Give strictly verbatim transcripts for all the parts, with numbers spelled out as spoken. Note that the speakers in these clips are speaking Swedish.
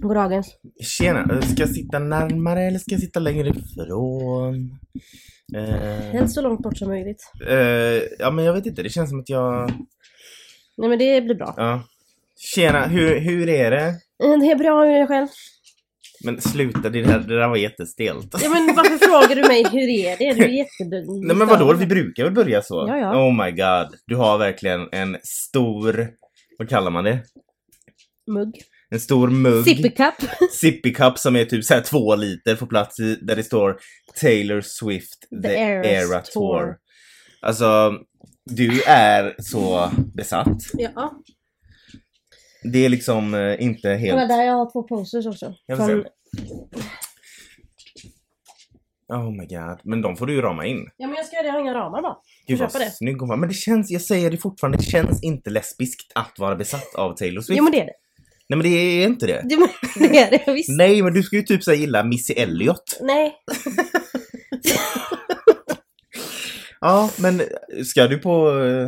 Goddagens. Tjena, ska jag sitta närmare eller ska jag sitta längre ifrån? Eh, Helst så långt bort som möjligt. eh, ja, men jag vet inte, det känns som att jag... Nej, men det blir bra. Ja. Tjena, hur, hur är det? Det är bra, hur är det själv? Men sluta, det där, det där var jättestelt. Ja, men varför frågar du mig hur är det? Du är jättebra. Nej, men vadå, vi brukar väl börja så? Ja, ja. Oh my god, du har verkligen en stor... Vad kallar man det? Mugg. En stor mugg. Sippy cup. Sippy cup som är typ så här två liter på plats i, där det står Taylor Swift The, The Eras, Era Tour. Tour. Alltså, du är så besatt. Ja. Det är liksom eh, inte helt... Kolla där, jag har två posters också. Jag Från... se. Oh my god, men de får du ju rama in. Ja, men jag ska göra det, jag har inga ramar bara. Gud vad snygg hon var. Men det känns, jag säger det fortfarande, det känns inte lesbiskt att vara besatt av Taylor Swift. Jo, men det är det. Nej, men det är inte det. Jo, men det är det, visst. Nej, men du ska ju typ så gilla Missy Elliott. Nej. Ja, men ska du på... Uh,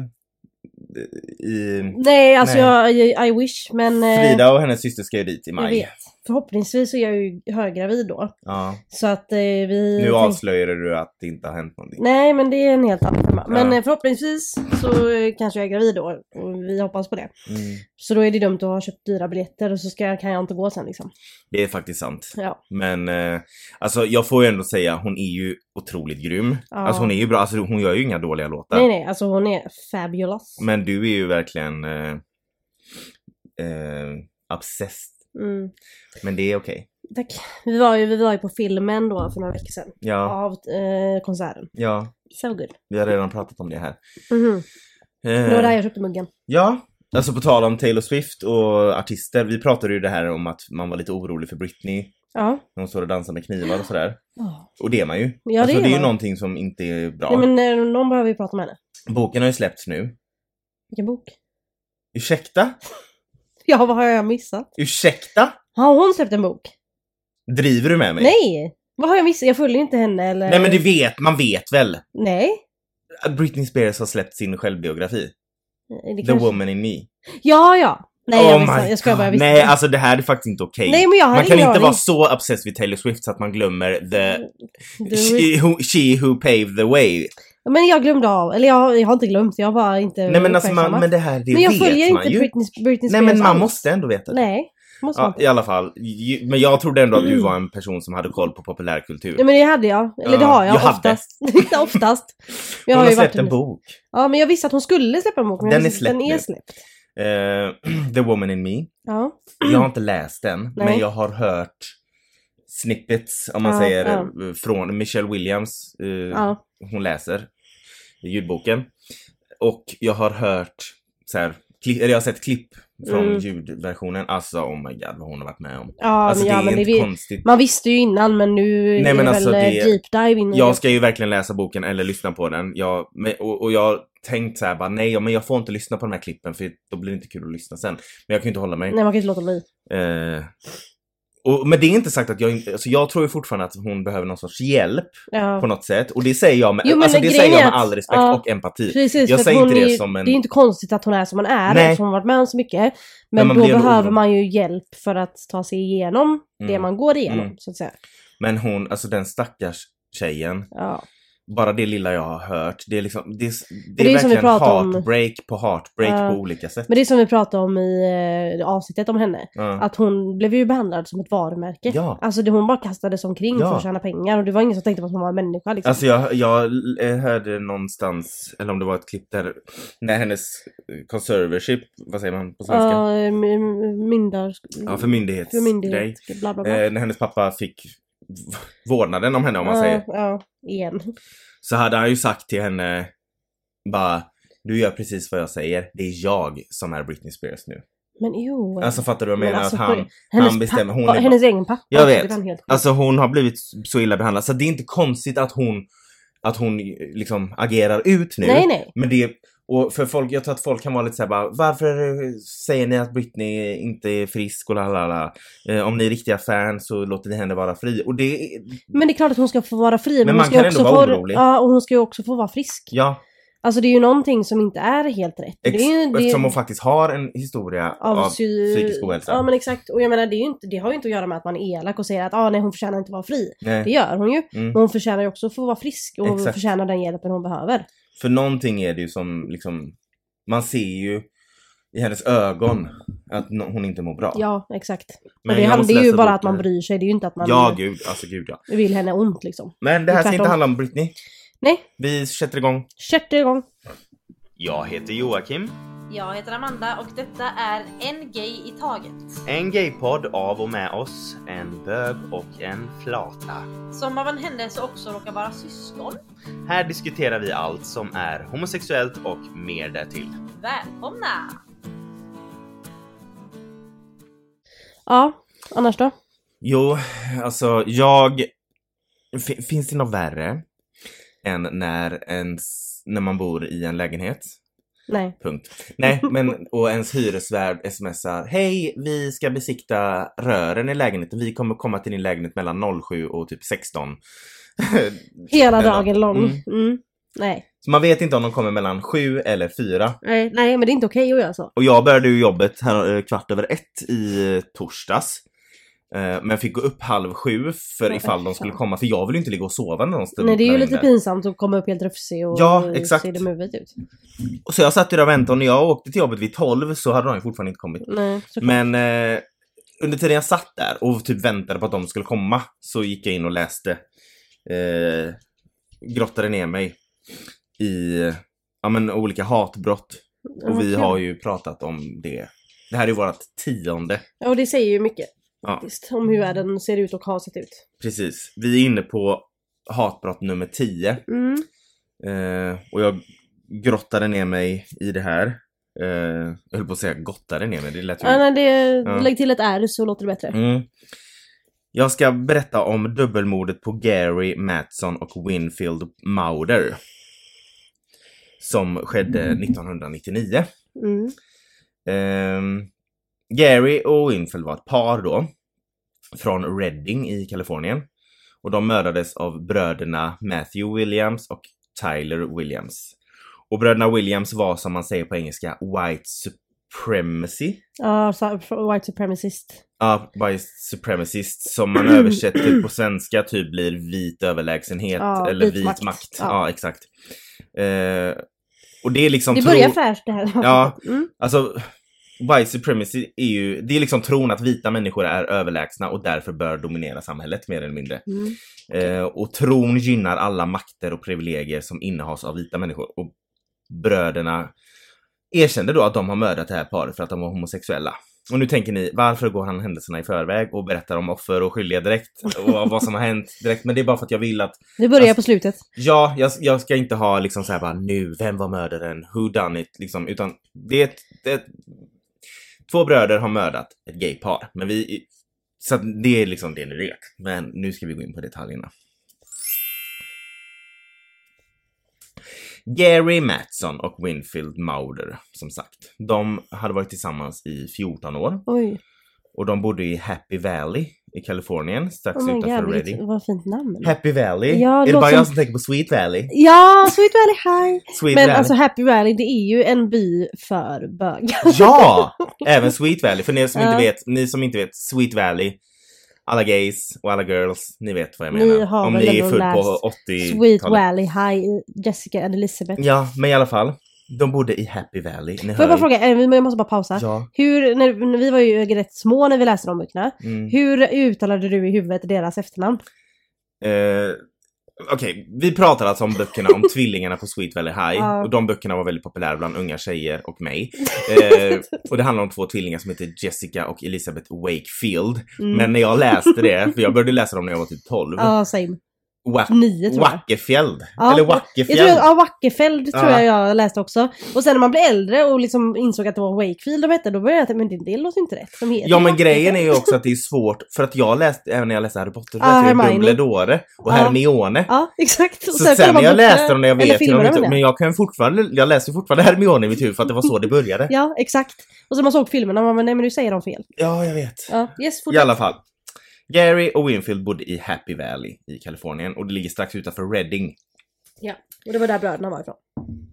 i... Nej, alltså Nej. Jag, I wish, men... Frida och hennes syster ska ju dit i maj. Jag vet. Förhoppningsvis så är jag ju höggravid då. Ja. Så att eh, vi... Nu tänk... avslöjar du att det inte har hänt någonting. Nej, men det är en helt annan femma. Ja. Men eh, förhoppningsvis så eh, kanske jag är gravid då. Och vi hoppas på det. Mm. Så då är det dumt att ha köpt dyra biljetter. Och så ska, kan jag inte gå sen liksom. Det är faktiskt sant. Ja. Men eh, alltså jag får ju ändå säga, hon är ju otroligt grym. Ja. Alltså hon är ju bra, alltså hon gör ju inga dåliga låtar. Nej, nej, alltså hon är fabulous. Men du är ju verkligen eh, eh, obsessed. Mm. Men det är okej. Okay. Tack. Vi var, ju, vi var ju på filmen då för några veckor sedan. Ja. Av eh, konserten. Ja. So good. Vi har redan pratat om det här. Mm-hmm. Eh, det var där jag köpte muggen. Ja. Alltså på tal om Taylor Swift och artister. Vi pratade ju det här om att man var lite orolig för Britney. Ja. När hon står och dansar med knivar och sådär. Oh. Och det är man ju. Ja, alltså det är, det är man. ju någonting som inte är bra. Nej, men eh, någon behöver ju prata med henne. Boken har ju släppts nu. Vilken bok? Ursäkta? Ja, vad har jag missat? Ursäkta? Har hon släppt en bok? Driver du med mig? Nej! Vad har jag missat? Jag följer inte henne eller... Nej, men det vet, man vet väl? Nej. Britney Spears har släppt sin självbiografi. Det The kanske... Woman in Me. Ja, ja. Nej, oh jag visste, jag ska bara visste. Nej, alltså det här är faktiskt inte okej. Nej, men jag har man kan ingen inte aning. vara så obsessed vid Taylor Swift så att man glömmer the... the... She, who, she who paved the way. Men jag glömde av, eller jag, jag har inte glömt, jag har bara inte... Nej, men alltså man, men det här, det men jag vet följer man inte ju. Britney, Britney Spears. Nej, men man alls. måste ändå veta det. Nej, måste ja, man inte. i alla fall. Ju- Men jag trodde ändå att du var en person som hade koll på populärkultur. Nej, men det hade jag. Eller Ja, det har jag, jag hade. oftast. Inte oftast. Jag Hon har ju släppt varit en bok. Ja, men jag visste att hon skulle släppa en bok. Men Den jag är visste- släppt Den är nu. släppt. Eh, The Woman in Me. Ja. Jag har inte läst den, Nej. men jag har hört snippets, om man Ja, säger, ja. eh, från Michelle Williams. eh, Ja. Hon läser ljudboken. Och jag har hört så här, kli- eller jag har sett klipp från Mm. ljudversionen. Alltså, oh my god, vad hon har varit med om. Ja, Alltså men, det ja, är men inte det, konstigt. man visste ju innan, men nu Nej, är men det alltså väl det- deep dive in. Jag ska ju verkligen läsa boken eller lyssna på den. Jag, men- och, och jag tänkt så här bara, nej, men jag får inte lyssna på de här klippen för då blir det inte kul att lyssna sen. Men jag kan ju inte hålla mig. Nej, man kan inte låta bli. Eh, och, men det är inte sagt att jag inte, alltså jag tror ju fortfarande att hon behöver någon sorts hjälp Ja. på något sätt. Och det säger jag med, Jo, men alltså det grejen säger jag är med att- all respekt ja, och empati. Precis, Jag för säger att hon inte det är, som en- det är inte konstigt att hon är som hon är, Nej. eftersom hon har varit med om så mycket. Men, Men man då blir ändå behöver orolig. man ju hjälp för att ta sig igenom det Mm. man går igenom, Mm. så att säga. Men hon, alltså den stackars tjejen, Ja. bara det lilla jag har hört, det är liksom, det är, det det är är som vi verkligen pratar om- heartbreak på heartbreak Ja. på olika sätt. Men det är som vi pratade om i eh, avsnittet om henne. Ja. Att hon blev ju behandlad som ett varumärke. Ja. Alltså det, hon bara kastades omkring Ja. för att tjäna pengar. Och det var ingen som tänkte på att hon var en människa liksom. Alltså jag, jag eh, hörde någonstans, eller om det var ett klipp där, när hennes conservatorship, vad säger man på svenska? Ja, m- m- myndar... Ja, för myndighets för myndighet. grej. Bla bla bla. Eh, när hennes pappa fick v- vårdnaden om henne, om man ja, säger. Ja, igen. Så hade han ju sagt till henne, bara, du gör precis vad jag säger, det är jag som är Britney Spears nu. Men jo. Alltså fattar du vad jag Men menar? alltså, att han, hennes han bestämmer, hon pappa, är hennes egen pappa. Jag tycker vet. han helt sjukt. Alltså hon har blivit så illa behandlad, så det är inte konstigt att hon, att hon liksom agerar ut nu. Nej, nej. Men det, och för folk, jag tror att folk kan vara lite så här bara, varför säger ni att Britney inte är frisk och lalala? Eh, om ni är riktiga fans så låter ni henne vara fri. Och det, Men det är klart att hon ska få vara fri. Men, Men hon man ska kan också ändå vara få, orolig. Ja, och hon ska ju också få vara frisk. ja. Alltså det är ju någonting som inte är helt rätt. Ex- det är ju, det eftersom hon faktiskt har en historia av, av sy- psykisk ohälsa. Ja men exakt. Och jag menar det, är ju inte, det har ju inte att göra med att man är elak och säger att ah, nej hon förtjänar inte vara fri. Nej. Det gör hon ju. Mm. Men hon förtjänar ju också att få vara frisk. Och hon Exakt. förtjänar den hjälpen hon behöver. För någonting är det ju som liksom, man ser ju i hennes ögon att no- hon inte mår bra. Ja, exakt. Men Men det, jag han, måste det är ju läsa bara boken. att man bryr sig. Det är ju inte att man Ja, gud. Alltså gud, ja. vill henne ont liksom. Men det här ska Tvärtom. inte handla om Britney. Nej, Vi sätter igång. kört igång. Jag heter Joakim. Jag heter Amanda och detta är En Gay i Taget. En gaypodd av och med oss, en bög och en flata. Som av en händelse också råkar vara syskon. Här diskuterar vi allt som är homosexuellt och mer därtill. Välkomna! Ja, annars då? Jo, alltså jag... F- finns det något värre än när, ens, när man bor i en lägenhet? Nej. Punkt. Nej, men och ens hyresvärd smsar: hej, vi ska besikta rören i lägenheten. Vi kommer komma till din lägenhet mellan noll sju och typ sexton. Hela Eller- dagen lång. Mm. Mm. Nej. Så man vet inte om de kommer mellan sju eller fyra. nej. Nej, men det är inte okej att göra så. Och jag började ju jobbet här eh, kvart över ett i torsdags. Eh, Men fick gå upp halv sju för Ja, ifall de skulle fan. komma. För jag vill ju inte ligga och sova någonstans. Nej, det är ju där lite inne. pinsamt att komma upp helt rufsig och Ja, exakt. se dum huvudet ut. Och så jag satt där och väntade, och när jag åkte till jobbet vid tolv så hade de ju fortfarande inte kommit. Nej, såklart. Men eh, under tiden jag satt där och typ väntade på att de skulle komma så gick jag in och läste. Eh, grottade ner mig i ja, men, olika hatbrott. Och vi har ju pratat om det. Det här är vårt tionde. Ja, och det säger ju mycket. Ja. Faktiskt, om hur världen ser ut och har sett ut. Precis. Vi är inne på hatbrott nummer tio. Mm. Eh, och jag grottade ner mig i det här. Eh, jag höll på att säga gottade ner mig. Det lät ju... Ja, nej, det, Ja. lägg till ett R så låter det bättre. Mm. Jag ska berätta om dubbelmordet på Gary Mattson och Winfield Mauder. Som skedde nittonhundranittionio. Mm. Ehm, Gary och Winfield var ett par då. Från Redding i Kalifornien. Och de mördades av bröderna Matthew Williams och Tyler Williams. Och bröderna Williams var, som man säger på engelska, white supremacy. Ja, så- white supremacist. Ja, white supremacist, som man översätter på svenska typ blir vit överlägsenhet Ja, eller vit vit makt. makt. Ja, Ja. exakt. Eh, och det är liksom Det tro- börjar fräscht det här. Ja. Mm. Alltså, white supremacy är ju, det är liksom tron att vita människor är överlägsna och därför bör dominera samhället mer eller mindre. Mm. Eh, och tron gynnar alla makter och privilegier som innehas av vita människor. Och bröderna erkände då att de har mördat det här paret för att de var homosexuella. Och nu tänker ni, varför går han händelserna i förväg och berättar om offer och skyldiga direkt och vad som har hänt direkt? Men det är bara för att jag vill att, Det börjar Alltså- på slutet. ja, jag, jag ska inte ha liksom så här bara nu, vem var mördaren, who done it, liksom, utan det är ett, det är ett, två bröder har mördat ett gaypar, men vi, så att det är liksom det ni vet. Men nu ska vi gå in på detaljerna. Gary Mattson och Winfield Mauder, som sagt. De hade varit tillsammans i fjorton år. Oj. Och de bodde i Happy Valley i Kalifornien, strax Oh my utanför god, Redding. vilket, vad fint namn. Happy Valley? Ja, är det låter bara som- jag som tänker på Sweet Valley? Ja, Sweet Valley High. Sweet Men Valley. alltså Happy Valley, det är ju en by för bögar. Ja! Även Sweet Valley. För ni som, Ja. inte vet, ni som inte vet, Sweet Valley, alla gays och alla girls, ni vet vad jag Ni menar. har Om väl ni är ändå född på läst åttiotalet. Sweet Valley High, Jessica and Elizabeth. Ja, men i alla fall. De bodde i Happy Valley. Ni Får jag hör bara ju- fråga, eh, jag måste bara pausa. Ja. Hur, när, när vi var ju rätt små när vi läste de böckerna. Mm. Hur uttalade du i huvudet deras efternamn? Eh, Okej, vi pratar alltså om böckerna om tvillingarna på Sweet Valley High. Ja. Och de böckerna var väldigt populära bland unga tjejer och mig. Eh, och det handlar om två tvillingar som heter Jessica och Elizabeth Wakefield. Mm. Men när jag läste det, för jag började läsa dem när jag var typ tolv. Ja, same. Wa- Nio tror jag. Wackefjeld. Ja, Eller Jag tror, Wackefjeld. ja, Wackefeld tror Ja. jag jag läste också. Och sen när man blev äldre och liksom insåg att det var Wakefield de hette, då började jag tänka, men det, det låter inte rätt. De heter Ja, men Wackefeld. grejen är ju också att det är svårt. För att jag läste, även när jag läste Harry Potter, så Ja, läste jag Hermione. Dumbledore och Ja. Hermione. Ja, exakt. Och Så sen kollar man när jag böcker- läste dem när jag eller vet hur de filmerna, heter, menar jag. men jag kan fortfarande, jag läste fortfarande Hermione i mitt huvud för att det var så det började. Ja, exakt. Och så när man såg filmerna, man bara, nej men nu säger de fel. Ja, jag vet. Ja, yes, I fortsätt. alla fall. Gary och Winfield bodde i Happy Valley i Kalifornien och det ligger strax utanför Redding. Ja, och det var där bröderna var ifrån.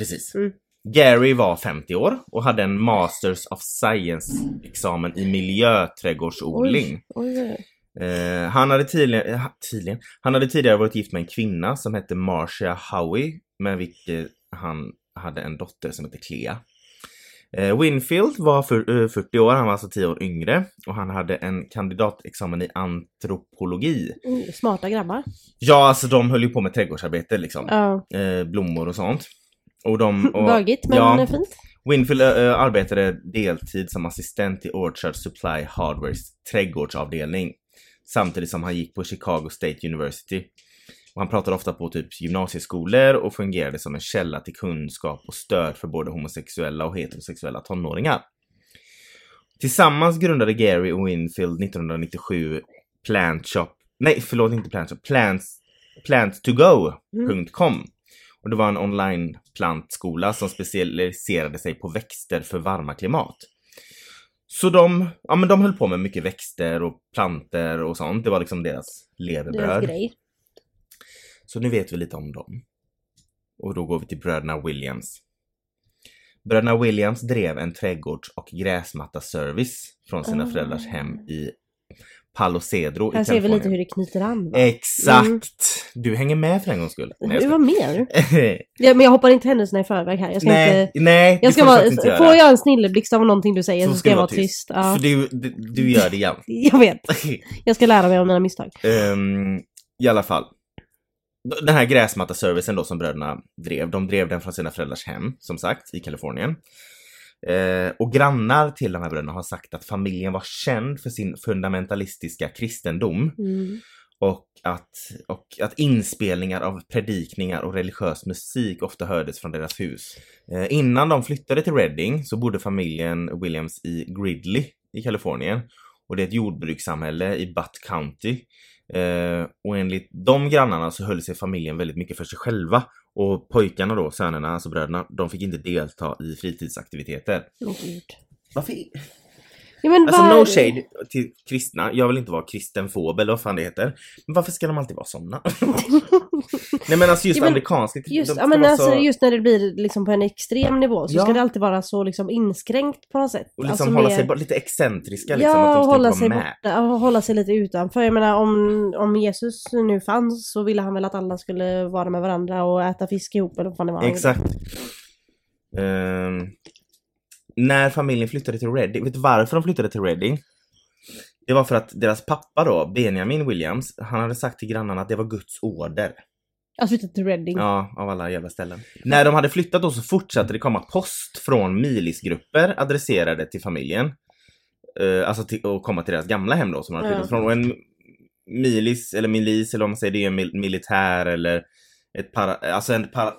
precis. Mm. Gary var femtio år och hade en Masters of Science-examen i miljöträdgårdsodling. Oj, oj, oj. Eh, han, hade tidigare, eh, tidigare, han hade tidigare varit gift med en kvinna som hette Marcia Howie, med vilken han hade en dotter som hette Clea. Eh, Winfield var för, eh, fyrtio år, han var alltså tio år yngre och han hade en kandidatexamen i antropologi. Mm, smarta grabbar. Ja, alltså de höll ju på med trädgårdsarbete liksom. Ja. Eh, blommor och sånt. Och de... Och, Bögigt, men ja, fint. Winfield äh, arbetade deltid som assistent i Orchard Supply Hardwares trädgårdsavdelning. Samtidigt som han gick på Chicago State University. Och han pratade ofta på typ gymnasieskolor och fungerade som en källa till kunskap och stöd för både homosexuella och heterosexuella tonåringar. Tillsammans grundade Gary och Winfield nittonhundranittiosju Plant Shop, nej förlåt inte Plant Shop, Plants, plant to go punkt com. Och det var en online plantskola som specialiserade sig på växter för varma klimat. Så de, ja, men de höll på med mycket växter och planter och sånt. Det var liksom deras levebröd. Deras grej. Så nu vet vi lite om dem. Och då går vi till bröderna Williams. Bröderna Williams drev en trädgårds- och gräsmatta-service från sina Oh. föräldrars hem i Palo Cedro Här i ser vi Kalifornien. lite hur det knyter an. Va? Exakt! Mm. Du hänger med för en gångs skull. Nej, Det jag var mer. ska... Ja, men jag hoppar inte händelserna i förväg här. Jag ska nej, inte... nej, Jag det ska får du vara, faktiskt inte får göra. jag en snilleblixt av någonting du säger så, ska jag vara tyst. Ja. För du, du, du gör det igen. Jag vet. Jag ska lära mig om mina misstag. um, I alla fall. Den här gräsmatta-servicen då som bröderna drev, de drev den från sina föräldrars hem, som sagt, i Kalifornien. Eh, och grannar till de här bröderna har sagt att familjen var känd för sin fundamentalistiska kristendom. Mm. Och att, och att inspelningar av predikningar och religiös musik ofta hördes från deras hus. Eh, innan de flyttade till Redding så bodde familjen Williams i Gridley i Kalifornien. Och det är ett jordbrukssamhälle i Butte County. Eh, och enligt de grannarna så höll sig familjen väldigt mycket för sig själva. Och pojkarna då, sönerna, alltså bröderna, de fick inte delta i fritidsaktiviteter. Oh, Gud. Varför? Ja, men Alltså var... no shade till kristna. Jag vill inte vara kristenfob eller vad fan det heter. Men varför ska de alltid vara såna? Nej men alltså just Ja, men amerikanska kristna. Just, de ja, ska men vara alltså, så... just när det blir liksom på en extrem nivå så Ja. ska det alltid vara så liksom inskränkt på något sätt. Och liksom alltså hålla mer... sig bara lite excentriska liksom. Ja, att de och ska hålla inte sig vara med. borta och hålla sig lite utanför. Jag menar om, om Jesus nu fanns så ville han väl att alla skulle vara med varandra och äta fisk ihop eller vad fan det var. Exakt. Um, när familjen flyttade till Redding, vet du varför de flyttade till Redding? Det var för att deras pappa då, Benjamin Williams, han hade sagt till grannarna att det var Guds order. Jag flyttade till Redding. Ja, av alla jävla ställen. När de hade flyttat då så fortsatte det komma post från milisgrupper adresserade till familjen. Uh, alltså till, och komma till deras gamla hem då som de hade flyttat Ja. från. Och en milis, eller milis, eller om man säger det är en mil- militär eller ett para, alltså en para,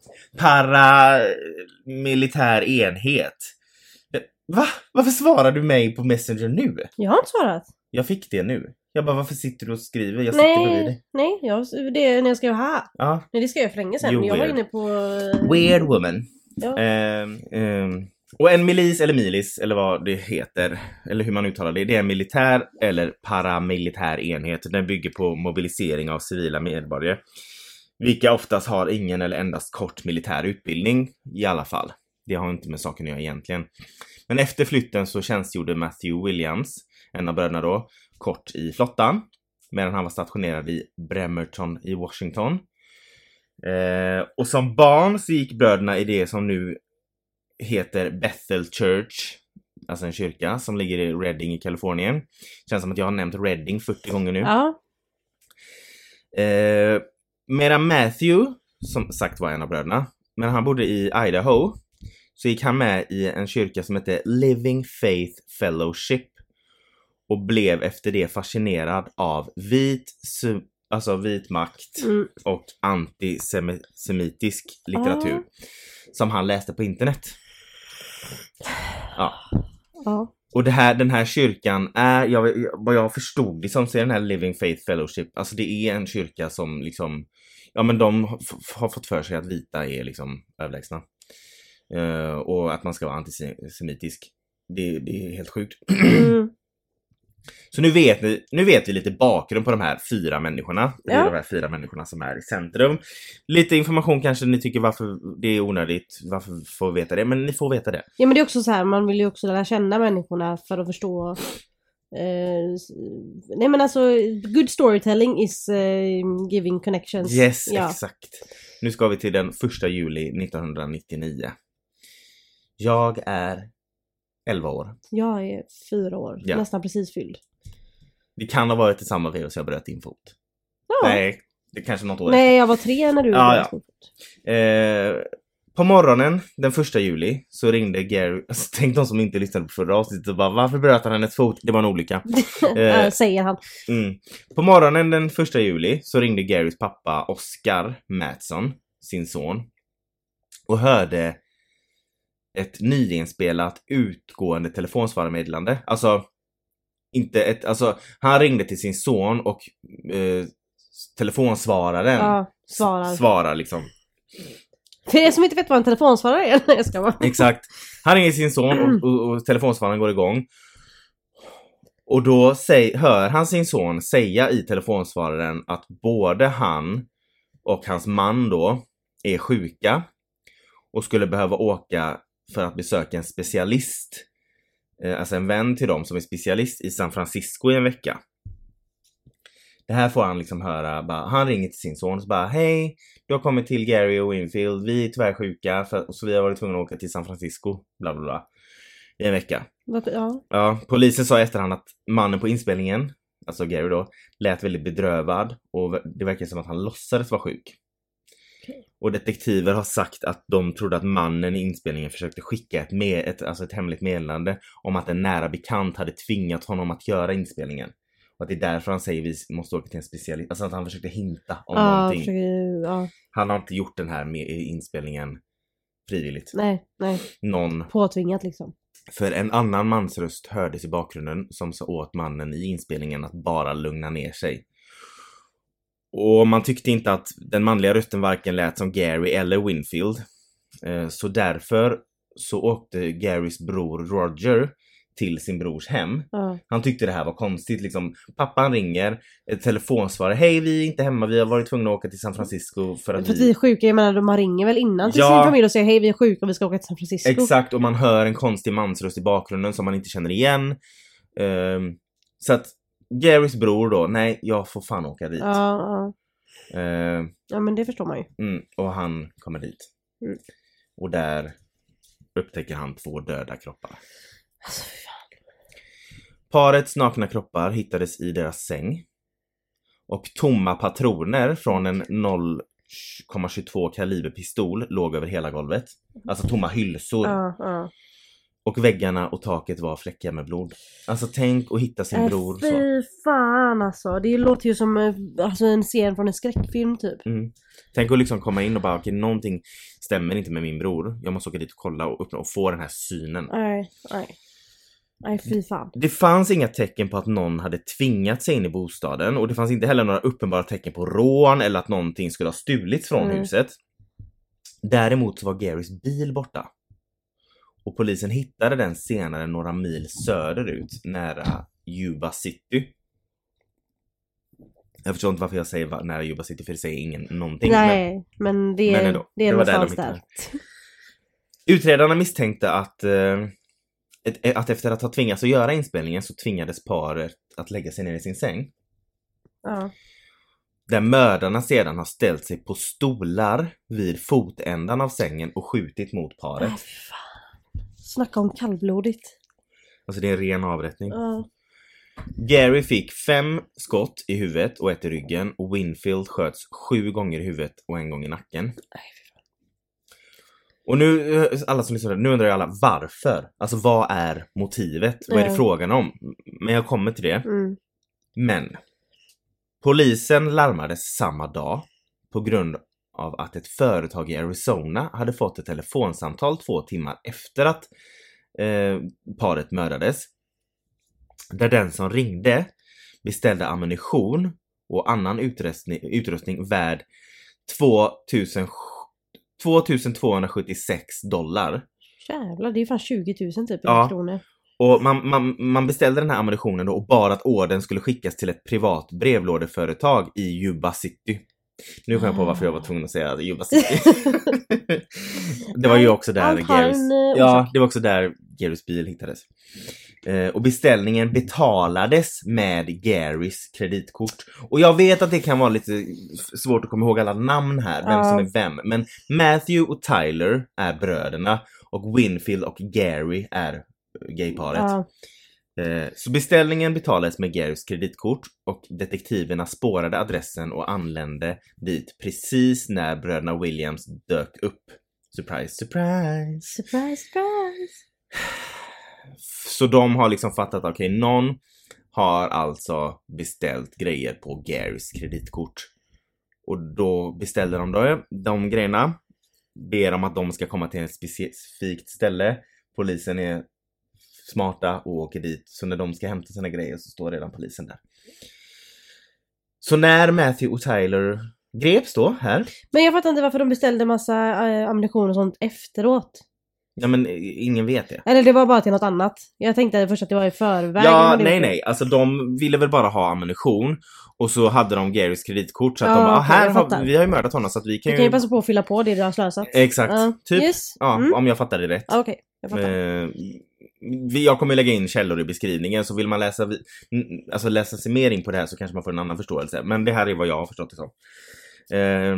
paramilitär enhet. Va? Varför svarar du mig på Messenger nu? Jag har inte svarat. Jag fick det nu. Jag bara, varför sitter du och skriver? Jag sitter bredvid Nej, dig. nej, jag, det är när jag skrev här. Ja. Nej, det ska jag för länge sedan. You Jag var weird. inne på... Weird woman. Ja. Ehm, ehm, och en milis eller milis, eller vad det heter, eller hur man uttalar det, det är en militär eller paramilitär enhet. Den bygger på mobilisering av civila medborgare. Vilka oftast har ingen eller endast kort militär utbildning i alla fall. Det har inte med saken att göra egentligen. Men efter flytten så tjänstgjorde Matthew Williams, en av bröderna då, kort i flottan. Medan han var stationerad i Bremerton i Washington. Eh, och som barn så gick bröderna i det som nu heter Bethel Church. Alltså en kyrka som ligger i Redding i Kalifornien. Känns som att jag har nämnt Redding fyrtio gånger nu. Ja. Eh, medan Matthew, som sagt var en av bröderna, men han bodde i Idaho, så gick han med i en kyrka som heter Living Faith Fellowship och blev efter det fascinerad av vit, alltså vit makt Mm. och antisemitisk litteratur Ah. som han läste på internet. Ja. Ja. Och det här, den här kyrkan är, jag, vad jag förstod det som, så är den här Living Faith Fellowship, alltså det är en kyrka som liksom, ja men de f- har fått för sig att vita är liksom överlägsna. Uh, och att man ska vara antisemitisk. Det, det är helt sjukt. Mm. Så nu vet ni, nu vet vi lite bakgrund på de här fyra människorna. Det är Ja. de här fyra människorna som är i centrum. Lite information kanske ni tycker varför det är onödigt, varför får vi veta det, men ni får veta det. Ja men det är också så här, man vill ju också lära känna människorna för att förstå. Eh, s- nej men alltså, good storytelling is eh, giving connections. Yes, Ja. exakt. Nu ska vi till den första juli nittonhundranittionio. Jag är elva år. Jag är fyra år, Ja. nästan precis fylld. Vi kan ha varit tillsammans med oss, jag bröt din fot. Ja. Nej, det är kanske något år Nej, jag var tre när du Ja, var ja. stor. Eh, på morgonen den första juli så ringde Gary. Alltså, tänk de som inte lyssnade på förra avsnittet och bara, varför bröt han hennes fot? Det var en olycka. Äh, säger han. Mm. På morgonen den första juli så ringde Garys pappa Oscar Matson, sin son, och hörde ett nyinspelat utgående telefonsvararmeddelande. Alltså inte ett, alltså han ringde till sin son och eh, telefonsvararen Ja, svarar. svarar liksom. För er som inte vet vad en telefonsvarare är, jag ska vara. Exakt. Han ringer sin son och, och, och telefonsvararen går igång. Och då säg, hör han sin son säga i telefonsvararen att både han och hans man då är sjuka och skulle behöva åka för att besöka en specialist, eh, alltså en vän till dem som är specialist i San Francisco i en vecka. Det här får han liksom höra, bara, han ringer till sin son och så bara, hej, du har kommit till Gary och Winfield, vi är tyvärr sjuka för, så vi har varit tvungna att åka till San Francisco, bla bla bla, i en vecka. Ja. Ja, polisen sa i efterhand att mannen på inspelningen, alltså Gary då, lät väldigt bedrövad och det verkar som att han låtsades vara sjuk. Okay. Och detektiver har sagt att de trodde att mannen i inspelningen försökte skicka ett, med, ett, alltså ett hemligt meddelande om att en nära bekant hade tvingat honom att göra inspelningen. Och att det är därför han säger vi måste åka till en specialist. Alltså att han försökte hinta om Ja, någonting. försöker, ja. Han har inte gjort den här med inspelningen frivilligt. Nej, nej. Någon. Påtvingat liksom. För en annan mansröst hördes i bakgrunden som sa åt mannen i inspelningen att bara lugna ner sig. Och man tyckte inte att den manliga rösten varken lät som Gary eller Winfield. Så därför så åkte Garys bror Roger till sin brors hem. Ja. Han tyckte det här var konstigt. Liksom, pappan ringer, ett telefonsvarare. Hej, vi är inte hemma, vi har varit tvungna att åka till San Francisco för att För att vi är sjuka, jag menar man ringer väl innan till Ja. sin familj och säger hej vi är sjuka och vi ska åka till San Francisco. Exakt, och man hör en konstig mansröst i bakgrunden som man inte känner igen. Um, så att Garys bror då, nej, jag får fan åka dit. Ja, ja. Uh, Ja men det förstår man ju. mm, och han kommer dit. Mm. Och där upptäcker han två döda kroppar. Alltså, fy fan. Parets nakna kroppar hittades i deras säng. Och tomma patroner från en noll komma tjugotvå kaliberpistol låg över hela golvet. Alltså tomma hylsor. Ja, ja. Och väggarna och taket var fläckar med blod. Alltså tänk att hitta sin Äh, bror så. fy fan alltså. Det låter ju som eh, alltså, en scen från en skräckfilm typ. Mm. Tänk att liksom komma in och bara, okej, någonting stämmer inte med min bror. Jag måste åka dit och kolla och öppna och få den här synen. Nej, nej. Nej, fy fan. Det fanns inga tecken på att någon hade tvingat sig in i bostaden. Och det fanns inte heller några uppenbara tecken på rån eller att någonting skulle ha stulits från Mm. huset. Däremot så var Garys bil borta. Och polisen hittade den senare några mil söderut, nära Yuba City. Jag förstår inte varför jag säger nära Yuba City, för det säger ingen någonting. Nej, men, men det, men är, ändå, det är det var där de någonstans där. hittade. Utredarna misstänkte att, eh, ett, att efter att ha tvingats att göra inspelningen så tvingades paret att lägga sig ner i sin säng. Ja. Där mördarna sedan har ställt sig på stolar vid fotändan av sängen och skjutit mot paret. Äh, fy fan. Snacka om kallblodigt. Alltså det är en ren avrättning. Ja. Gary fick fem skott i huvudet och ett i ryggen. Och Winfield sköts sju gånger i huvudet och en gång i nacken. Och nu, alla som lyssnar, nu undrar jag alla varför. Alltså vad är motivet? Vad är det Mm. frågan om? Men jag kommer till det. Mm. Men polisen larmades samma dag på grund av att ett företag i Arizona hade fått ett telefonsamtal två timmar efter att eh, paret mördades. Där den som ringde beställde ammunition och annan utrustning, utrustning värd tvåtusen tvåhundrasjuttiosex dollar. Jävlar, det är ju fan tjugo tusen typ i Ja. kronor. Och man, man, man beställde den här ammunitionen då och bara att ordern skulle skickas till ett privat brevlådeföretag i Yuba City. Nu kommer jag på varför jag var tvungen att säga Yuba City. Det var ju också där Allt har Garys, en, eh, ja, orsak. det var också där Garys bil hittades. Eh, och beställningen betalades med Garys kreditkort. Och jag vet att det kan vara lite svårt att komma ihåg alla namn här, vem Ja. som är vem. Men Matthew och Tyler är bröderna och Winfield och Gary är gayparet. Ja. Eh, Så beställningen betalades med Garys kreditkort och detektiverna spårade adressen och anlände dit precis när bröderna Williams dök upp. Surprise, surprise! Surprise, surprise. Så de har liksom fattat att okej, okay, någon har alltså beställt grejer på Garys kreditkort. Och då beställer de då de grejerna. Ber om att de ska komma till ett specifikt ställe. Polisen är smarta och åker dit. Så när de ska hämta sina grejer så står redan polisen där. Så när Matthew och Tyler greps då här. Men jag fattar inte varför de beställde massa äh, ammunition och sånt efteråt. Ja, men ingen vet det. Eller det var bara till något annat. Jag tänkte först att det var i förväg. Ja, men det nej var- nej. Alltså de ville väl bara ha ammunition. Och så hade de Garys kreditkort. Så att Ja, de bara, ah, okej, här jag har, fattar. vi har ju mördat honom så att vi kan Du ju... kan ju passa på att fylla på det du har slösat. Exakt, Ja. typ. Yes. Ja, Mm. om jag fattar det rätt. Ja, okej. Jag fattar. Eh, vi- jag kommer lägga in källor i beskrivningen. Så vill man läsa, vi- n- alltså läsa sig mer in på det här så kanske man får en annan förståelse. Men det här är vad jag har förstått det som. Eh,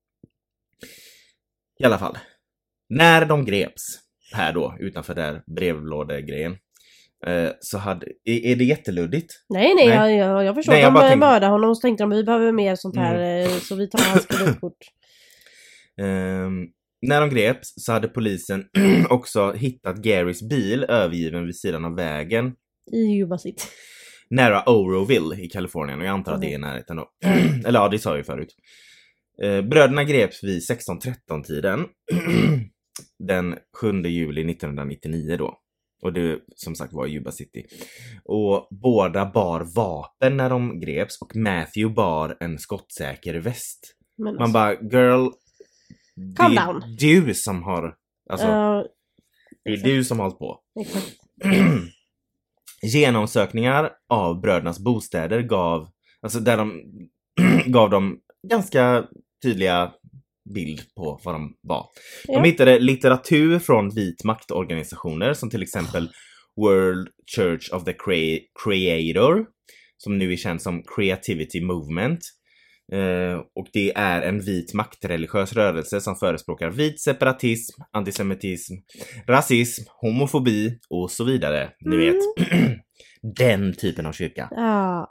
I alla fall. När de greps här då, utanför där brevlådegrejen. Eh, så hade, är, är det jätteluddigt? Nej, nej, Nej. Jag, jag, jag förstår. Nej, jag de bara bara tänkte- mördade honom och så tänkte de vi behöver mer sånt här eh, så vi tar hans kreditkort. Ehm, när de greps så hade polisen också hittat Garys bil övergiven vid sidan av vägen I Yuba City. nära Oroville i Kalifornien, och jag antar att det är i närheten då. Eller ja, det sa jag ju förut. Eh, bröderna greps vid sexton tretton tiden den sjunde juli nittonhundranittionio då. Och det som sagt var i Yuba City. Och båda bar vapen när de greps och Matthew bar en skottsäker väst. Men Man bara, girl, det Calm är down. du som har, alltså, Ja, det är du som har hållit på. exakt. Genomsökningar av brödernas bostäder gav, alltså där de gav dem ganska tydliga bild på vad de var. Ja. De hittade litteratur från vit maktorganisationer som till exempel World Church of the Crea- Creator, som nu är känd som Creativity Movement. Eh, och det är en vit maktreligiös rörelse som förespråkar vit separatism, antisemitism, rasism, homofobi och så vidare. Ni vet, den typen av kyrka. Ja.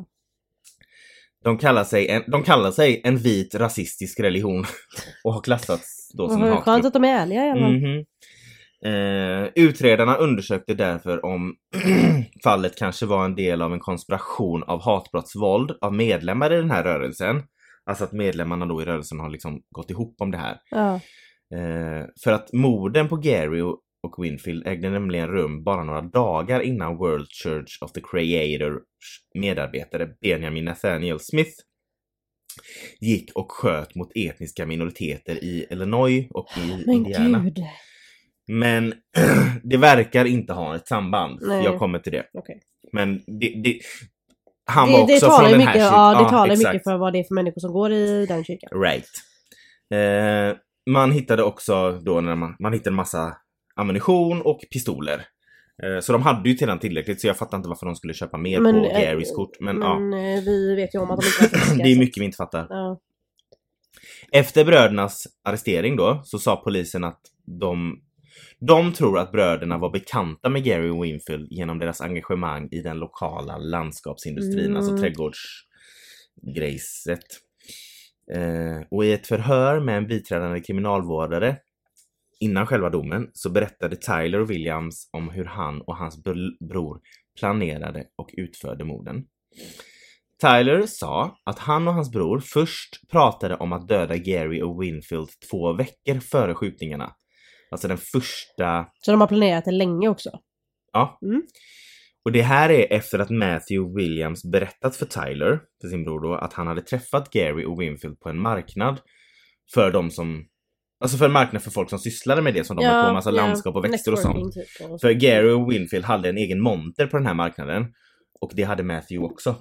De kallar sig en, de kallar sig en vit rasistisk religion och har klassats då som Vad hatgrupp. skönt att de är ärliga i alla fall. Mhm. Eh, utredarna undersökte därför om fallet kanske var en del av en konspiration av hatbrottsvåld av medlemmar i den här rörelsen. Alltså att medlemmarna då i rörelsen har liksom gått ihop om det här. Ja. Eh, för att morden på Gary och, och Winfield ägde nämligen rum bara några dagar innan World Church of the Creator medarbetare Benjamin Nathaniel Smith gick och sköt mot etniska minoriteter i Illinois och i Men Indiana. gud. Men det verkar inte ha ett samband. Nej. Jag kommer till det. Okej. Men det, det, han var Det, också det talar från ju den här mycket, kyrkan. ja, det talar exakt. mycket för vad det är för människor som går i den kyrkan. Right. Eh, man hittade också då när man, man hittade en massa ammunition och pistoler. Eh, så de hade ju redan tillräckligt, så jag fattar inte varför de skulle köpa mer Men, på eh, Garys kort. Men, ja, Men eh, vi vet ju om att de inte var friska. det är så- mycket vi inte fattar. Ja. Efter brödernas arrestering då så sa polisen att de De tror att bröderna var bekanta med Gary och Winfield genom deras engagemang i den lokala landskapsindustrin, Mm. alltså trädgårdsgrejset. Eh, och i ett förhör med en biträdande kriminalvårdare innan själva domen så berättade Tyler och Williams om hur han och hans br- bror planerade och utförde morden. Tyler sa att han och hans bror först pratade om att döda Gary och Winfield två veckor före skjutningarna. Alltså den första... Så de har planerat det länge också. Ja. Mm. Och det här är efter att Matthew Williams berättat för Tyler, för sin bror då, att han hade träffat Gary och Winfield på en marknad för de som... Alltså för en marknad för folk som sysslade med det som de Ja, har på massa ja. landskap och växter och sånt. Networking typ, och För Gary och Winfield hade en egen monter på den här marknaden. Och det hade Matthew också.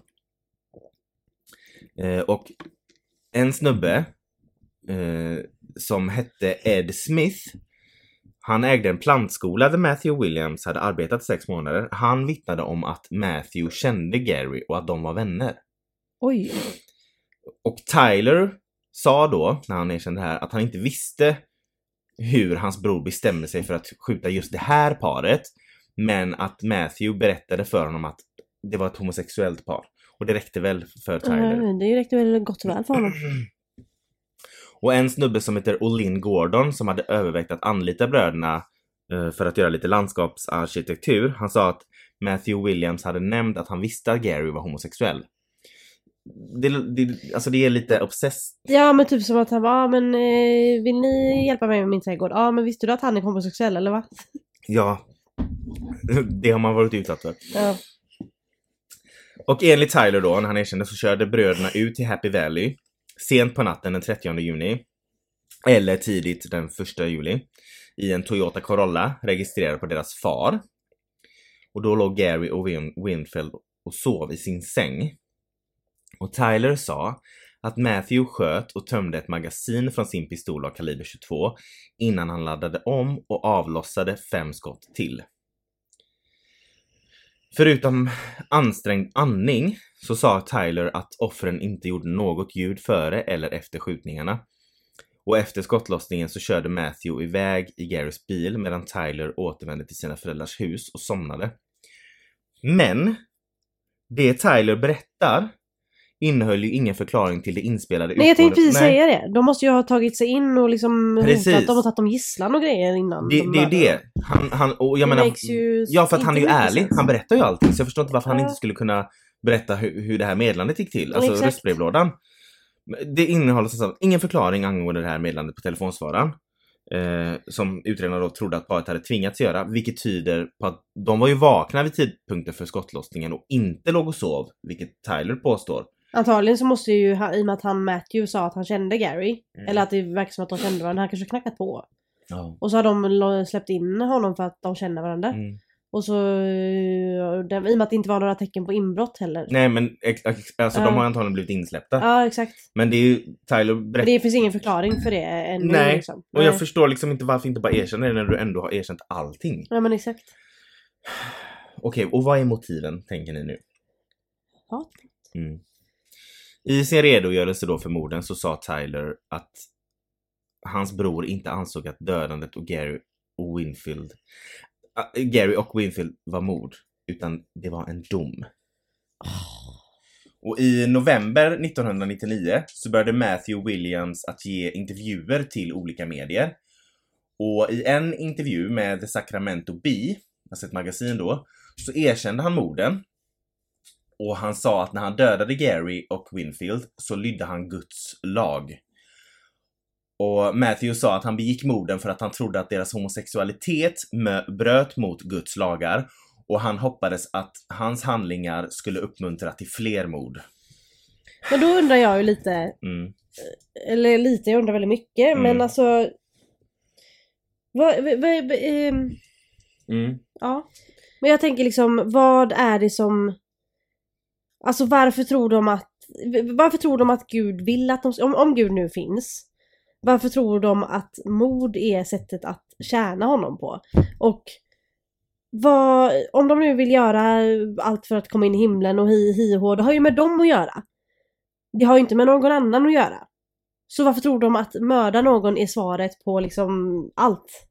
Eh, och en snubbe eh, som hette Ed Smith. Han ägde en plantskola där Matthew Williams hade arbetat sex månader. Han vittnade om att Matthew kände Gary och att de var vänner. Oj. Och Tyler sa då, när han erkände det här, att han inte visste hur hans bror bestämde sig för att skjuta just det här paret. Men att Matthew berättade för honom att det var ett homosexuellt par. Och det räckte väl för Tyler. Mm, det räckte väl gott och väl för honom. Och en snubbe som heter Olin Gordon som hade övervägt att anlita bröderna eh, för att göra lite landskapsarkitektur. Han sa att Matthew Williams hade nämnt att han visste att Gary var homosexuell. Det, det, alltså det är lite obsessed. Ja, men typ som att han var, ah, men eh, vill ni hjälpa mig med min trädgård? Ja, ah, men visste du att han är homosexuell eller va? Ja, det har man varit utsatt för. Ja. Och enligt Tyler då, när han erkände, så körde bröderna ut till Happy Valley sent på natten den trettionde juni eller tidigt den första juli i en Toyota Corolla registrerad på deras far. Och då låg Gary och Win- Winfield och sov i sin säng. Och Tyler sa att Matthew sköt och tömde ett magasin från sin pistol av kaliber tjugotvå innan han laddade om och avlossade fem skott till. Förutom ansträngd andning så sa Tyler att offren inte gjorde något ljud före eller efter skjutningarna. Och efter skottlossningen så körde Matthew iväg i Garys bil medan Tyler återvände till sina föräldrars hus och somnade. Men det Tyler berättar innehöll ju ingen förklaring till det inspelade. Nej, jag tänkte precis Nej. säga det. De måste ju ha tagit sig in och liksom Precis. hotat dem och tagit dem gisslan och grejer innan. Det, de det är mördade det. dem. Han, han, och jag Det menar, makes you ja, för att han är ju inte ärlig. sens. Han berättar ju allting. Så jag förstår inte varför han Ja. inte skulle kunna berätta hur, hur det här meddelandet gick till. Ja, Alltså exakt. röstbrevlådan. Det innehåller så att ingen förklaring angående det här meddelandet på telefonsvararen. Eh, som utredarna då trodde att paret hade tvingats göra. Vilket tyder på att de var ju vakna vid tidpunkten för skottlossningen och inte låg och sov. Vilket Tyler påstår. Antagligen så måste ju, ha- i och med att han Matthew sa att han kände Gary. Mm. Eller att det verkar som att de kände varandra. Han kanske knackat på. Ja. Och så har de lo- släppt in honom för att de känner varandra. Mm. Och så, eh, det, i och med att det inte var några tecken på inbrott heller. Nej, men ex, ex, alltså Ja. de har antagligen blivit insläppta. Ja, exakt. Men det är ju Tyler Men berättar. det finns ingen förklaring för det ännu. Nej, liksom. och Nej. jag förstår liksom inte varför inte bara erkänna det när du ändå har erkänt allting. Ja, men exakt. Okej, och vad är motiven, tänker ni nu? Ja. Mm. I sin redogörelse då för morden så sa Tyler att hans bror inte ansåg att dödandet och Gary och Winfield äh, Gary och Winfield var mord, utan det var en dom. Och i november nittonhundranittionio så började Matthew Williams att ge intervjuer till olika medier. Och i en intervju med The Sacramento Bee, alltså ett magasin då, så erkände han morden. Och han sa att när han dödade Gary och Winfield så lydde han Guds lag. Och Matthew sa att han begick morden för att han trodde att deras homosexualitet mö- bröt mot Guds lagar. Och han hoppades att hans handlingar skulle uppmuntra till fler mord. Men då undrar jag ju lite, Mm. eller lite, jag undrar väldigt mycket, Mm. men alltså vad, vad, vad, ehm, Mm. ja. Men jag tänker liksom, vad är det som, alltså varför tror de att, varför tror de att Gud vill att de, om, om Gud nu finns, varför tror de att mord är sättet att tjäna honom på? Och vad, om de nu vill göra allt för att komma in i himlen och hi, hi och hå, det har ju med dem att göra. Det har ju inte med någon annan att göra. Så varför tror de att mörda någon är svaret på liksom allt?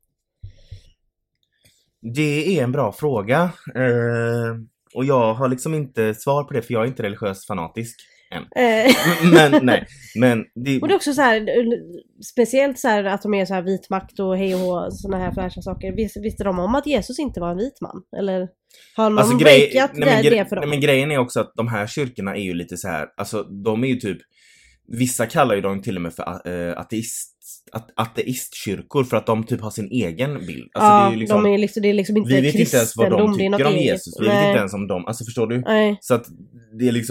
Det är en bra fråga. Eh, och jag har liksom inte svar på det, för jag är inte religiös fanatisk än. Eh, Men nej, men det, och det är också så här, speciellt så här att de är så här vit makt och hej och hå, såna här fräscha saker. Vis, visste de om att Jesus inte var en vit man? Eller har någon alltså, grej, breakat nej, men, det, gre- det för dem? nej, men grejen är också att de här kyrkorna är ju lite så här, alltså de är ju typ, vissa kallar ju dem till och med för uh, ateist, att, ateistkyrkor för att de typ har sin egen bild. Alltså, ja, det är ju liksom, de är liksom, det är liksom inte vi vet inte ens vad de kristendom, det är något tycker om eget. Jesus. Vi vet Nej. inte ens om dem, alltså förstår du? Nej. Så att det är liksom,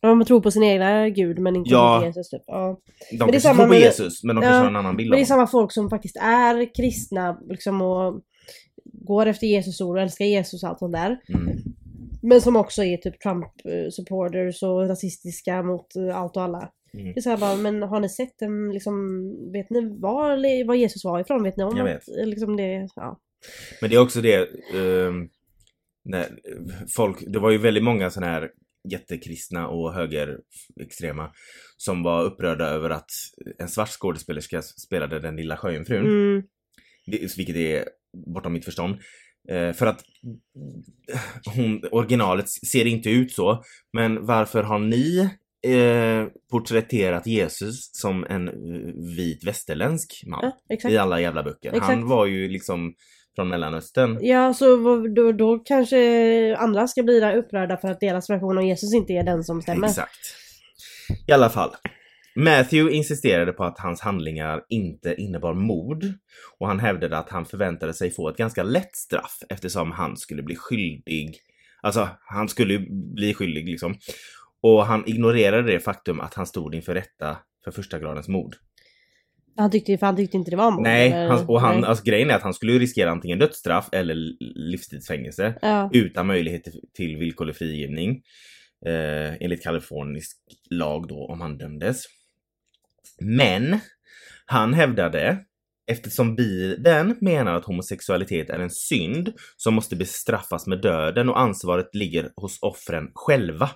De tror på sin egna gud men inte Ja. på Jesus typ. Ja. De Men det är kanske samma tror på med- Jesus, men de kanske Ja, har en annan bild Men det är av samma folk som faktiskt är kristna liksom, och går efter Jesus ord och älskar Jesus och allt sånt där. Mm. Men som också är typ Trump-supporters och rasistiska mot eh, allt och alla. Mm. Det är så här bara, men har ni sett dem liksom, vet ni var, var Jesus var ifrån? Vet ni om Jag att, liksom det, ja. Men det är också det, um, när folk, det var ju väldigt många sådana här jättekristna och högerextrema som var upprörda över att en svart skådespelerska spelade den lilla sjöjungfrun. Mm. Det, vilket är bortom mitt förstånd. Eh, för att hon, originalet ser inte ut så. Men varför har ni eh, porträtterat Jesus som en eh, vit västerländsk man? Ja, exakt. I alla jävla böcker. Exakt. Han var ju liksom från Mellanöstern. Ja, så vad- då, då kanske andra ska bli där upprörda för att deras version av Jesus inte är den som stämmer. Exakt. I alla fall. Matthew insisterade på att hans handlingar inte innebar mord och han hävdade att han förväntade sig få ett ganska lätt straff eftersom han skulle bli skyldig. Alltså, han skulle bli skyldig liksom. Och han ignorerade det faktum att han stod inför rätta för första gradens mord. Han tyckte, för han tyckte inte det var mord. Nej, eller- han, och han, nej. alltså, grejen är att han skulle ju riskera antingen dödsstraff eller livstidsfängelse Ja. utan möjlighet till villkorlig frigivning eh, enligt kalifornisk lag då om han dömdes. Men han hävdade, eftersom Bibeln menar att homosexualitet är en synd som måste bestraffas med döden och ansvaret ligger hos offren själva.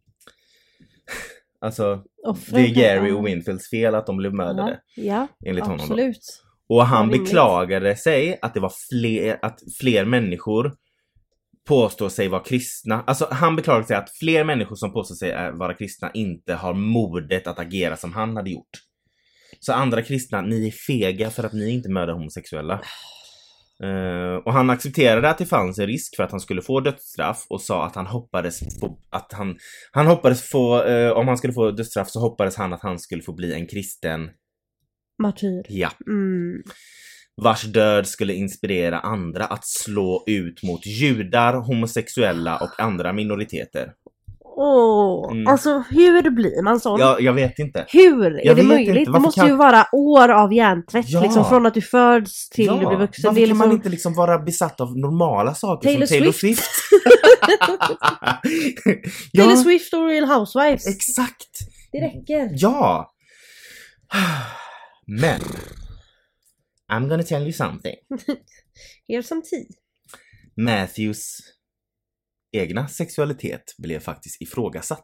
Alltså, Offren, det är Gary ja. och Winfields fel att de blev mördade. Ja, enligt honom då. absolut. Och han Ja, rimligt. beklagade sig att det var fler, att fler människor påstår sig vara kristna. Alltså han beklagade sig att fler människor som påstår sig är- vara kristna inte har modet att agera som han hade gjort. Så andra kristna, ni är fega för att ni inte mördar homosexuella. Uh, och han accepterade att det fanns en risk för att han skulle få dödsstraff och sa att han hoppades på att han han hoppades få uh, om han skulle få dödsstraff så hoppades han att han skulle få bli en kristen. Martyr. Ja. Mm. Vars död skulle inspirera andra att slå ut mot judar, homosexuella och andra minoriteter. Åh, Mm. alltså hur blir man sån? Jag, jag vet inte. Hur är Jag det vet möjligt? inte, Det varför måste kan- ju vara år av hjärntvätt Ja. liksom från att du föds till du blir vuxen. Varför Det är kan liksom... man inte liksom vara besatt av normala saker Taylor som Taylor Swift. Swift? Taylor Ja, Swift och Real Housewives. exakt. Det räcker. Ja. Men I'm gonna tell you something. Here's some tea. Matthews egna sexualitet blev faktiskt ifrågasatt.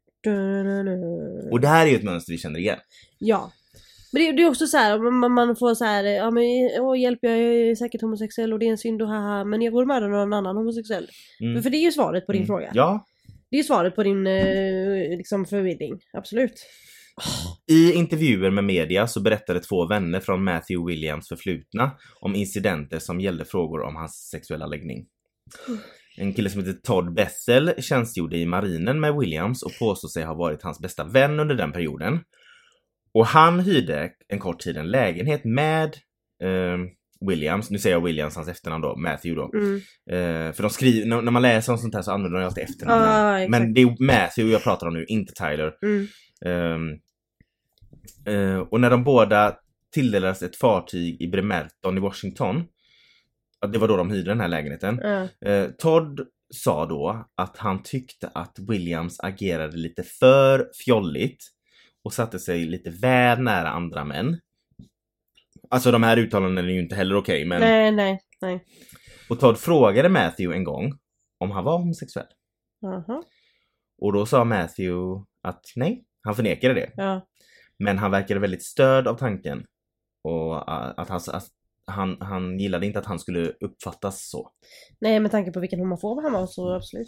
Och det här är ju ett mönster vi känner igen. Ja. Men det, det är också så här, man, man får så här, ja men åh, hjälp, jag är säkert homosexuell och det är en synd och haha, men jag går med någon annan homosexuell. Mm. För, för det är ju svaret på din Mm. fråga. Ja. Det är ju svaret på din eh, liksom förvirring. Absolut. I intervjuer med media så berättade två vänner från Matthew Williams förflutna om incidenter som gällde frågor om hans sexuella läggning. En kille som heter Todd Bethel tjänstgjorde i marinen med Williams och påstod sig ha varit hans bästa vän under den perioden. Och han hyrde en kort tid en lägenhet med eh, Williams. Nu säger jag Williams, hans efternamn då, Matthew då. Mm. Eh, för de skriver, när, när man läser om sånt här så använder de alltid efternamn. Ja, exakt. Men det är Matthew jag pratar om nu, inte Tyler. Mm. Um, uh, och när de båda tilldelades ett fartyg i Bremerton i Washington, att det var då de hyrde den här lägenheten. Ja. Uh, Todd sa då att han tyckte att Williams agerade lite för fjolligt och satte sig lite väl nära andra män. Alltså de här uttalanden är ju inte heller okej, men... Nej, nej, nej. Och Todd frågade Matthew en gång om han var homosexuell. Jaha. Och då sa Matthew att nej, han förnekade det. Ja. Men han verkade väldigt störd av tanken. Och uh, att, han, att han, han gillade inte att han skulle uppfattas så. Nej, med tanke på vilken homofob han var så absolut.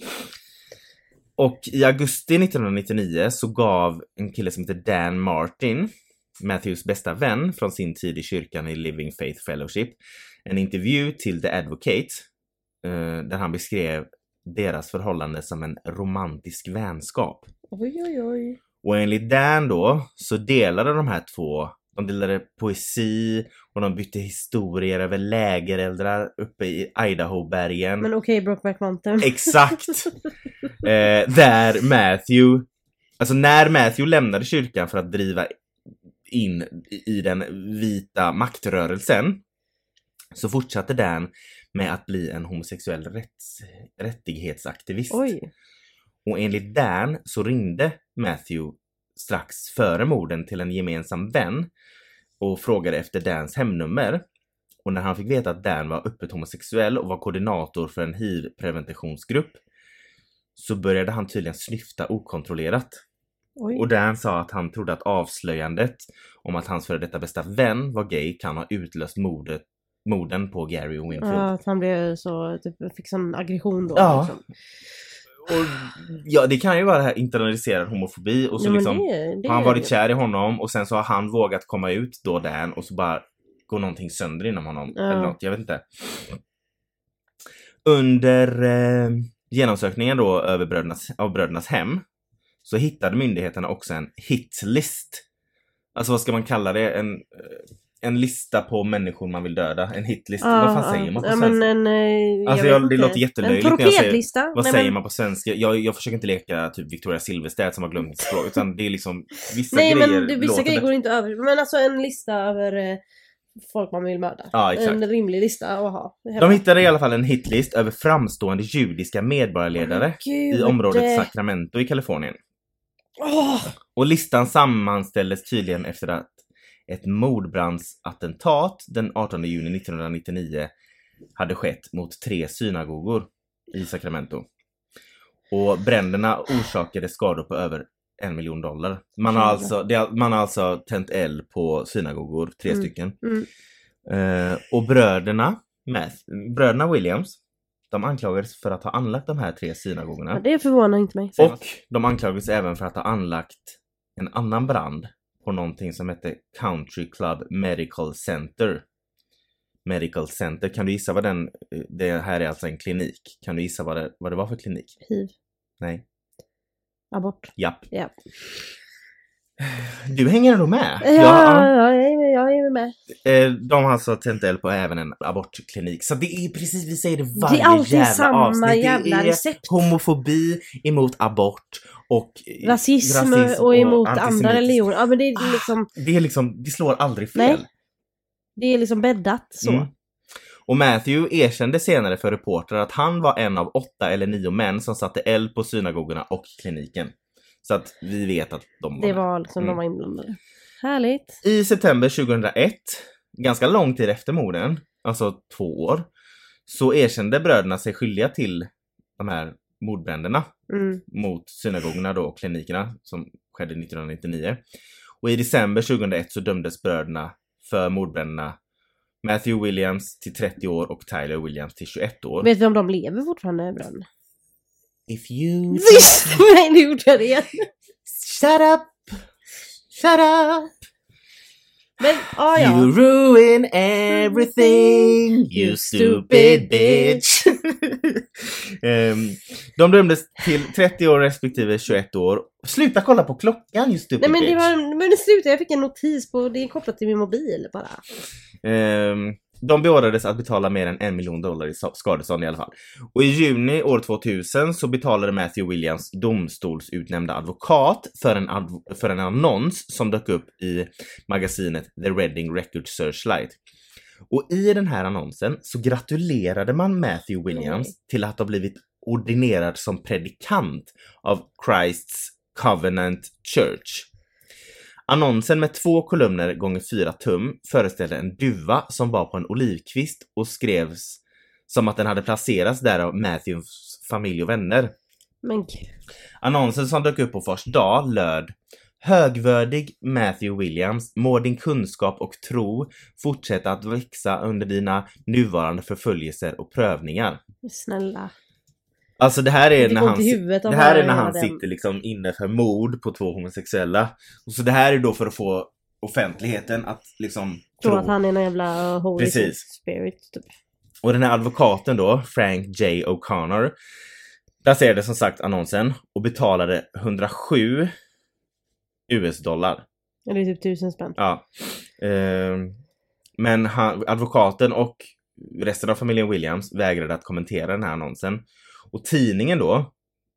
Och i augusti nittonhundranittionio så gav en kille som heter Dan Martin, Matthews bästa vän från sin tid i kyrkan i Living Faith Fellowship, en intervju till The Advocate uh, där han beskrev deras förhållande som en romantisk vänskap. Oj, oj, oj. Och enligt Dan då så delade de här två, de delade poesi och de bytte historier över lägereldrar uppe i Idaho-bergen. Men okej, okay, Brokeback Mountain. Exakt! eh, där Matthew Alltså när Matthew lämnade kyrkan för att driva in i den vita maktrörelsen så fortsatte Dan med att bli en homosexuell rätts, rättighetsaktivist. Oj. Och enligt Dan så ringde Matthew strax före morden till en gemensam vän och frågade efter Dans hemnummer. Och när han fick veta att Dan var öppet homosexuell och var koordinator för en H I V-preventationsgrupp så började han tydligen snyfta okontrollerat. Oj. Och Dan sa att han trodde att avslöjandet om att hans före detta bästa vän var gay kan ha utlöst mordet, morden på Gary och Winfield. Ja, att han blev så, typ, fick sån aggression då. Ja. Liksom. Och ja, det kan ju vara det här internaliserad homofobi och så Ja, men liksom det- det har han är varit det. kär i honom och sen så har han vågat komma ut då Dan och så bara går någonting sönder inom honom Ja. eller något, jag vet inte. Under eh, genomsökningen då över brödernas, av brödernas hem så hittade myndigheterna också en hitlist. Alltså vad ska man kalla det? En, eh, en lista på människor man vill döda. En hitlist. Ja, vad fan ja. säger man på Ja, svenska? men en, eh, Alltså jag jag, vet det inte. låter jättelöjligt En när jag säger. torpedlista. Vad Nej, säger men- man på svenska? Jag, jag försöker inte leka typ Victoria Silvstedt som har glömt sitt språk. Utan det är liksom vissa Nej, grejer men det, vissa låter grejer bättre. går inte över. Men alltså en lista över eh, folk man vill mörda. Ja, exakt. En rimlig lista att ha. hemma. De hittade i alla fall en hitlist över framstående judiska medborgarledare Gud, i området det- Sacramento i Kalifornien. Åh! Och listan sammanställdes tydligen efter att ett mordbrandsattentat den artonde juni nittonhundranittionio hade skett mot tre synagogor i Sacramento. Och bränderna orsakade skador på över en miljon dollar. Man har alltså, det, man har alltså tänt eld på synagogor, tre Mm. stycken. Mm. Eh, och bröderna, Math, bröderna Williams, de anklagades för att ha anlagt de här tre synagogorna. Ja, det förvånar inte mig. Och de anklagades även för att ha anlagt en annan brand på någonting som heter Country Club Medical Center. Medical Center, kan du gissa vad den, det här är alltså en klinik. Kan du gissa vad det, vad det var för klinik? H I V. Nej. Abort. Japp. Ja. Du hänger ändå med. Ja, Ja, ja, jag, är, jag är med. eh, de har alltså tänt eld på även en abortklinik. Så det är precis, vi säger det varje Det är alltid jävla samma avsnitt. jävla det är recept. homofobi emot abort och eh, Rasism, rasism och emot andra antisemitism. religioner. Ja, men det är liksom, Det är liksom, det slår aldrig fel. Nej. det är liksom bäddat så. Mm. Och Matthew erkände senare för reportrar att han var en av åtta eller nio män som satte eld på synagogorna och kliniken. Så att vi vet att de var Det med. var liksom, Mm. de var inblandade. Härligt. I september tjugohundraett, ganska lång tid efter morden, alltså två år, så erkände bröderna sig skyldiga till de här mordbränderna Mm. mot synagogorna då och klinikerna som skedde nittonhundranittionio. Och i december tjugohundraett så dömdes bröderna för mordbränderna Matthew Williams till trettio år och Tyler Williams till tjugoett år. Vet vi om de lever fortfarande, bröderna? If you Visst! Nej, nu gjorde jag det igen. shut up, shut up, Men, ah, ja. you ruin everything, you stupid bitch. um, de dömdes till trettio år respektive tjugoett år. Sluta kolla på klockan, you stupid Nej, men det bitch. var, men det slutade, jag fick en notis på, det är kopplat till min mobil bara. Um, de beordrades att betala mer än en miljon dollar i skadestånd i alla fall. Och i juni år tvåtusen så betalade Matthew Williams domstolsutnämnda advokat för en, adv- för en annons som dök upp i magasinet The Reading Record Searchlight. Och i den här annonsen så gratulerade man Matthew Williams Nej. till att ha blivit ordinerad som predikant av Christ's Covenant Church. Annonsen med två kolumner gånger fyra tum föreställde en duva som var på en olivkvist och skrevs som att den hade placerats där av Matthews familj och vänner. Men gud. Annonsen som dök upp på fars dag löd: högvördig Matthew Williams, må din kunskap och tro fortsätta att växa under dina nuvarande förföljelser och prövningar. Snälla. Alltså det här är Det när går han, inte i huvudet av det här är att när göra han den. sitter liksom inne för mord på två homosexuella. Och så det här är då för att få offentligheten att liksom Tror tro. att han är någon jävla holy Precis. spirit typ. Och den här advokaten då, Frank J. O'Connor, placerade som sagt annonsen och betalade hundrasju U S-dollar. Eller typ tusen spänn. Ja. Ehm, men han, advokaten och resten av familjen Williams vägrade att kommentera den här annonsen. Och tidningen då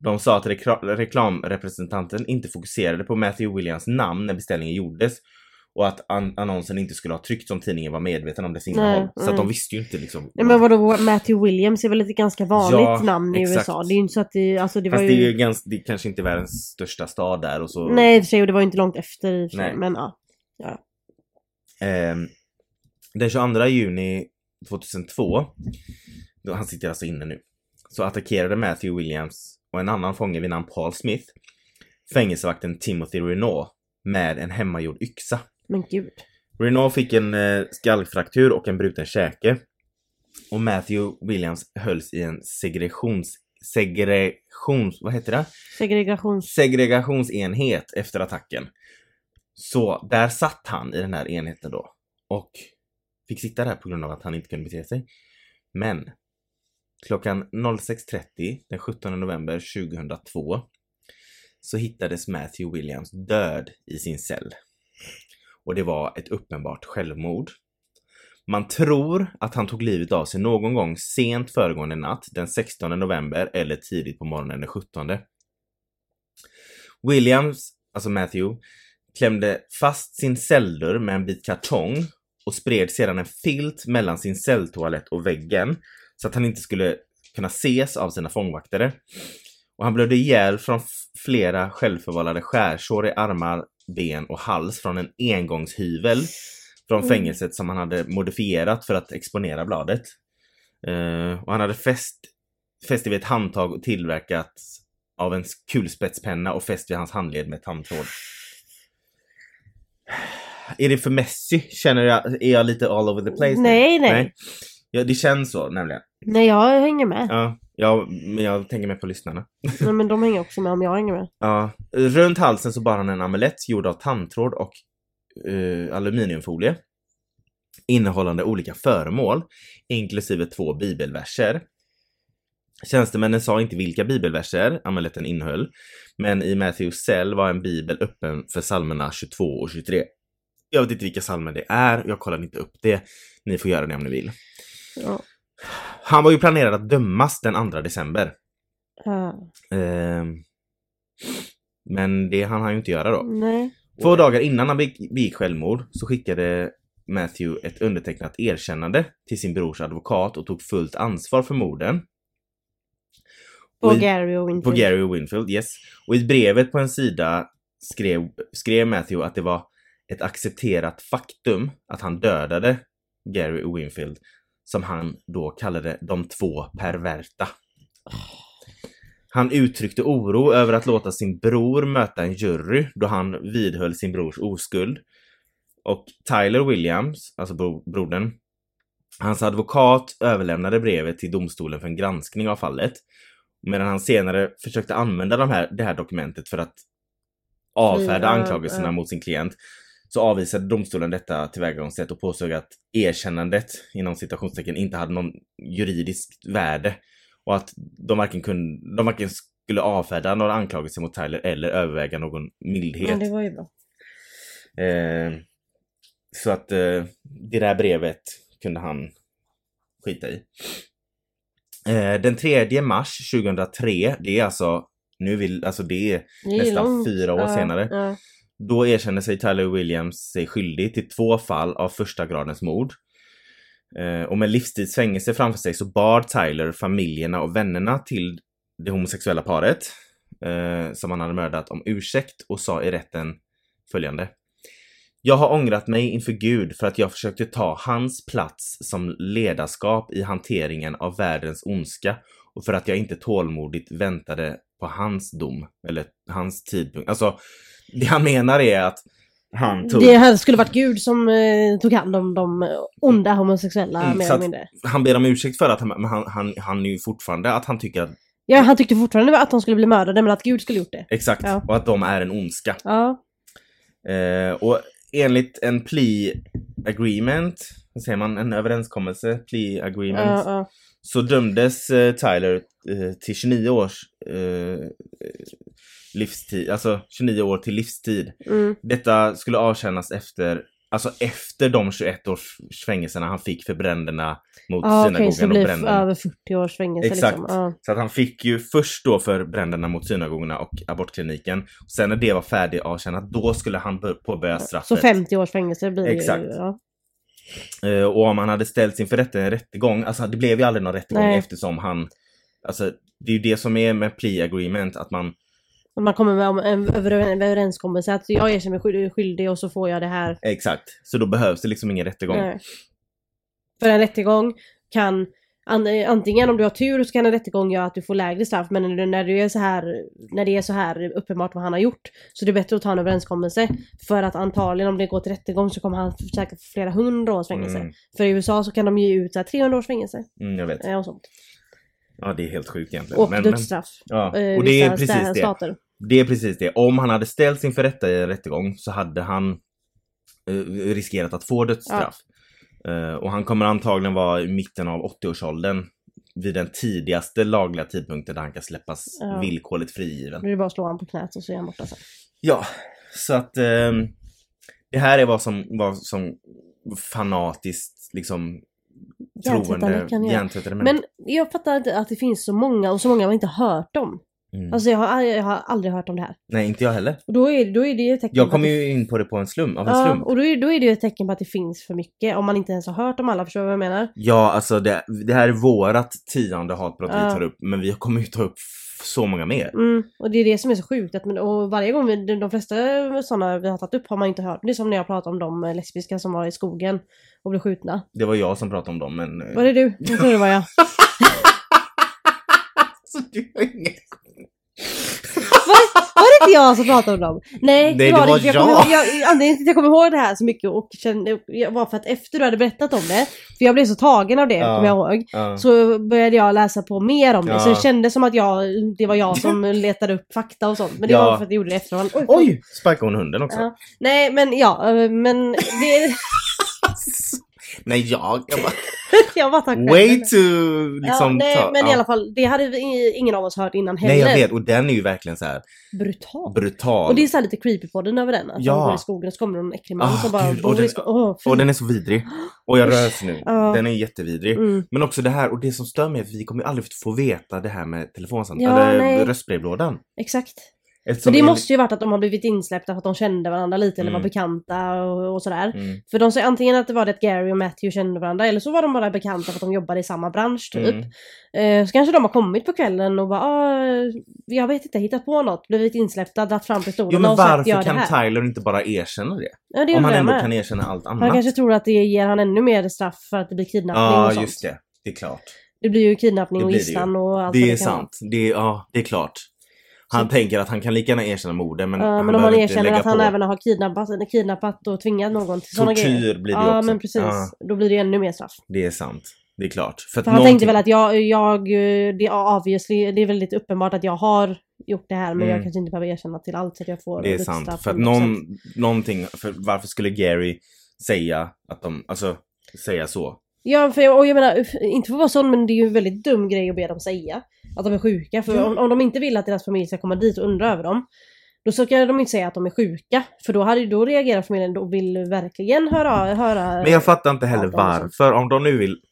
De sa att rekla- reklamrepresentanten inte fokuserade på Matthew Williams namn när beställningen gjordes. Och att an- annonsen inte skulle ha tryckt som tidningen var medveten om dess innehåll. Nej, så att mm. de visste ju inte liksom. Nej, men vadå, Matthew Williams är väl ett ganska vanligt Ja, namn i exakt. U S A. Det är ju inte så att det, alltså det var Fast ju... det är ju ganska, det är kanske inte världens största stad där och så. Nej, i och för sig, och det var ju inte långt efter i och för sig, Nej. men ja. ja. Eh, den tjugoandra juni tjugohundratvå, då han sitter alltså inne nu, så attackerade Matthew Williams och en annan fånge vid namn Paul Smith fängelsevakten Timothy Renault med en hemmagjord yxa. Men gud. Renault fick en eh, skallfraktur och en bruten käke. Och Matthew Williams hölls i en segregations... Segregations... Vad heter det? Segregations... Segregationsenhet efter attacken. Så där satt han i den här enheten då. Och fick sitta där på grund av att han inte kunde bete sig. Men klockan sex trettio den sjuttonde november tjugohundratvå så hittades Matthew Williams död i sin cell. Och det var ett uppenbart självmord. Man tror att han tog livet av sig någon gång sent föregående natt den sextonde november eller tidigt på morgonen den sjuttonde. Williams, alltså Matthew, klämde fast sin celldörr med en bit kartong och spred sedan en filt mellan sin celltoalett och väggen så att han inte skulle kunna ses av sina fångvaktare. Och han blödde ihjäl från f- flera självförvållade skärsår i armar, ben och hals från en engångshyvel från Mm. fängelset som han hade modifierat för att exponera bladet. Uh, och han hade fäst, fäst vid ett handtag och tillverkat av en kulspetspenna och fäst vid hans handled med tandtråd. Är det för messy? Känner jag, är jag lite all over the place? Nej, nej. nej. Ja, det känns så nämligen. Nej, jag hänger med. Ja, ja, men jag tänker med på lyssnarna. Nej, men de hänger också med om jag hänger med. Ja, runt halsen så bar han en amulett gjord av tandtråd och uh, aluminiumfolie innehållande olika föremål, inklusive två bibelverser. Tjänstemännen sa inte vilka bibelverser amuletten innehöll, men i Matthews cell var en bibel öppen för psalmerna tjugotvå och tjugotre. Jag vet inte vilka psalmer det är, jag kollade inte upp det. Ni får göra det om ni vill. Ja. Han var ju planerad att dömas den andra december. Ja. Eh, men det hann han ju inte göra då. Nej. Två dagar innan han begick självmord så skickade Matthew ett undertecknat erkännande till sin brors advokat och tog fullt ansvar för morden. På Och i, Gary och Winfield. På Gary och Winfield, yes. Och i brevet på en sida skrev, skrev Matthew att det var ett accepterat faktum att han dödade Gary och Winfield, som han då kallade de två perverta. Han uttryckte oro över att låta sin bror möta en jury då han vidhöll sin brors oskuld. Och Tyler Williams, alltså bro- brodern, hans advokat överlämnade brevet till domstolen för en granskning av fallet. Medan han senare försökte använda de här, det här dokumentet för att avfärda Ja, anklagelserna ja. mot sin klient, så avvisade domstolen detta tillvägagångssätt och påstod att erkännandet inom citationstecken inte hade någon juridiskt värde och att de varken, kunde, de varken skulle avfärda några anklagelser mot Tyler eller överväga någon mildhet. Ja, det var ju bra. Eh, så att eh, det där brevet kunde han skita i. Eh, den tredje mars tjugohundratre, det är alltså nu vill alltså det är Det är nästan långt. fyra år Ja, senare. ja. Då erkände sig Tyler Williams sig skyldig till två fall av första gradens mord. Eh, och med livstidsfängelse framför sig så bar Tyler familjerna och vännerna till det homosexuella paret eh, som han hade mördat om ursäkt och sa i rätten följande: jag har ångrat mig inför Gud för att jag försökte ta hans plats som ledarskap i hanteringen av världens ondska och för att jag inte tålmodigt väntade på hans dom eller hans tidpunkt. Alltså, det han menar är att han tog... Det här skulle varit Gud som eh, tog hand om de onda homosexuella Mm, mer så eller att- mindre. Han ber om ursäkt för att han, men han, han, han är ju fortfarande att han tycker att... Ja, han tyckte fortfarande att de skulle bli mördade, men att Gud skulle gjort det. Exakt, Ja. och att de är en ondska. Ja. Eh, och enligt en plea agreement, vad säger man, en överenskommelse, plea agreement, Ja, ja. så dömdes eh, Tyler eh, till tjugonio års eh, livstid, alltså tjugonio år till livstid. Mm. Detta skulle avtjänas efter alltså efter de tjugoett års fängelserna han fick för bränderna mot ah, synagogan okay, så det blir och bränderna. över fyrtio års fängelse. Exakt. Liksom. Ah. Så att han fick ju först då för bränderna mot synagogorna och abortkliniken. Och sen när det var färdigt avtjänat, då skulle han påbörja straffet. Så femtio års fängelse blir det Exakt. ju. Ja. Uh, och om han hade ställts inför rätt, en rättegång, alltså det blev ju aldrig någon rättegång. Nej. Eftersom han, alltså det är ju det som är med plea agreement, att man Och man kommer med om en överenskommelse att jag erkänner mig skyldig och så får jag det här. exakt, så då behövs det liksom ingen rättegång. Nej. För en rättegång kan antingen om du har tur så kan en rättegång göra att du får lägre straff, men när det är så här när det är så här uppenbart vad han har gjort, så det är bättre att ta en överenskommelse, för att antagligen om det går till rättegång så kommer han säkert få flera hundra års fängelse. Mm. För i U S A så kan de ge ut så här trehundra års fängelse. Mm, jag vet. Ja, och sånt. Ja, det är helt sjukt egentligen. Och men, dödsstraff. Men, ja, eh, och det är vissa precis det. stater. Det är precis det. Om han hade ställts inför rätta i en rättegång så hade han uh, riskerat att få dödsstraff. Ja. Uh, och han kommer antagligen vara i mitten av åttio-årsåldern vid den tidigaste lagliga tidpunkten där han kan släppas ja. villkorligt frigiven. Det är bara att slå han på knät och så är han borta sen. Ja, så att um, det här är vad som, vad som fanatiskt liksom troende hjärntvättade människor. Men jag fattar inte att det finns så många och så många man inte hört om. Mm. Alltså jag har, jag har aldrig hört om det här. Nej, inte jag heller. Och då är, då är det ju ett tecken. Jag kommer ju in på det på en slum, av en ja, slump. och då är, då är det ju ett tecken på att det finns för mycket. Om man inte ens har hört om alla, förstår du vad jag menar? Ja, alltså det, det här är vårat tionde hatbrott ja. vi tar upp. Men vi kommer ju ta upp så många mer. Mm, och det är det som är så sjukt. Att, och varje gång vi, de flesta sådana vi har tagit upp har man inte hört. Det är som när jag pratade om de lesbiska som var i skogen och blev skjutna. Det var jag som pratade om dem, men... Var det du? Jag tror det var jag. Så du har ingen... Var, var det inte jag som pratade om dem? Nej, Nej det var, det var jag. jag. Kommer ihåg, jag anledningen till att jag kommer ihåg det här så mycket och kände, var för att efter du hade berättat om det, för jag blev så tagen av det, ja. kommer jag ihåg, ja. så började jag läsa på mer om det. Ja. Så det kändes som att jag, det var jag som letade upp fakta och sånt. Men det ja. var för att jag gjorde det efteråt. Oj, Oj sparkade hon hunden också? Ja. Nej, men ja, men det... Nej, jag... jag bara... jag var tacksam. Way to liksom... Ja, nej, ta, men ja. i alla fall, det hade ingen av oss hört innan heller. Nej, jag vet. Och den är ju verkligen så här... Brutal. Brutal. Och det är så här lite creepy på den över den. Att ja. de går i skogen och så kommer någon äcklig man oh, som bara... Gud, och, den, oh, och den är så vidrig. Och jag rörs nu. Ja. Den är jättevidrig. Mm. Men också det här, och det som stör mig är att vi kommer aldrig få veta det här med telefonsamtal. Ja, eller röstbrevlådan. Exakt. Eftersom för det en... måste ju varit att de har blivit insläppta för att de kände varandra lite eller mm. var bekanta och, och sådär. Mm. För de säger antingen att det var det att Gary och Matthew kände varandra eller så var de bara bekanta för att de jobbade i samma bransch typ. Mm. Eh, så kanske de har kommit på kvällen och bara, ah, jag vet inte, hittat på något, blivit insläppta, dratt fram pistolen jo, men och sagt, varför gör kan det här. Tyler inte bara erkänna det? Ja, det om han ändå med. kan erkänna allt annat. Han kanske tror att det ger han ännu mer straff för att det blir kidnappning ja, och sånt. Ja, just det. Det är klart. Det blir ju kidnappning och gisslan och allt det vad är det kan sant. Det är, ja, det är klart. Han så. tänker att han kan lika gärna erkänna morden, men, ja, han men om man erkänner att han på. även har kidnappat, kidnappat och tvingat någon till sådana grejer. Tortyr blir det ja, också. Men precis. Ja. Då blir det ännu mer straff. Det är sant. Det är klart. För, för han någonting... tänkte väl att jag, jag det, är obviously, det är väldigt uppenbart att jag har gjort det här, men mm. jag kanske inte behöver erkänna till allt så att jag får det är sant. För att någon, någonting, för varför skulle Gary säga att de, alltså säga så? Ja, för jag, och jag menar, inte för att vara sån, men det är ju en väldigt dum grej att be dem säga att de är sjuka. För mm. om, om de inte vill att deras familj ska komma dit och undra över dem, då så kan de inte säga att de är sjuka. För då hade då reagerar familjen och vill verkligen höra, höra... Men jag fattar inte heller varför. Om de nu vill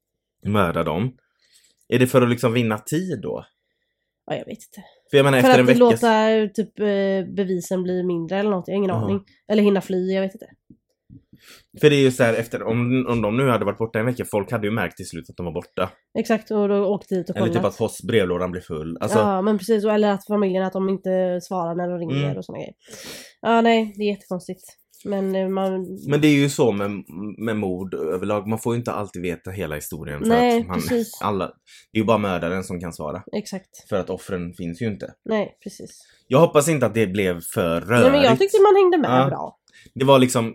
mörda dem, är det för att liksom vinna tid då? Ja, jag vet inte. För jag menar, för efter att en vecka... låta typ bevisen bli mindre eller något, jag har ingen uh-huh. aning. Eller hinna fly, jag vet inte. För det är ju så här, efter, om, om de nu hade varit borta en vecka, folk hade ju märkt till slut att de var borta. Exakt, och då åkte dit och kollat. Eller typ att post, brevlådan blir full. Alltså... Ja, men precis. Eller att familjen, att de inte svarar när de ringer mm. och såna grejer. Ja, nej, det är jättekonstigt. Men man... Men det är ju så med, med mord överlag. Man får ju inte alltid veta hela historien. För nej, att man, precis. Alla, det är ju bara mördaren som kan svara. Exakt. För att offren finns ju inte. Nej, precis. Jag hoppas inte att det blev för rörigt. Nej, men jag tyckte man hängde med ja. bra. Det var liksom,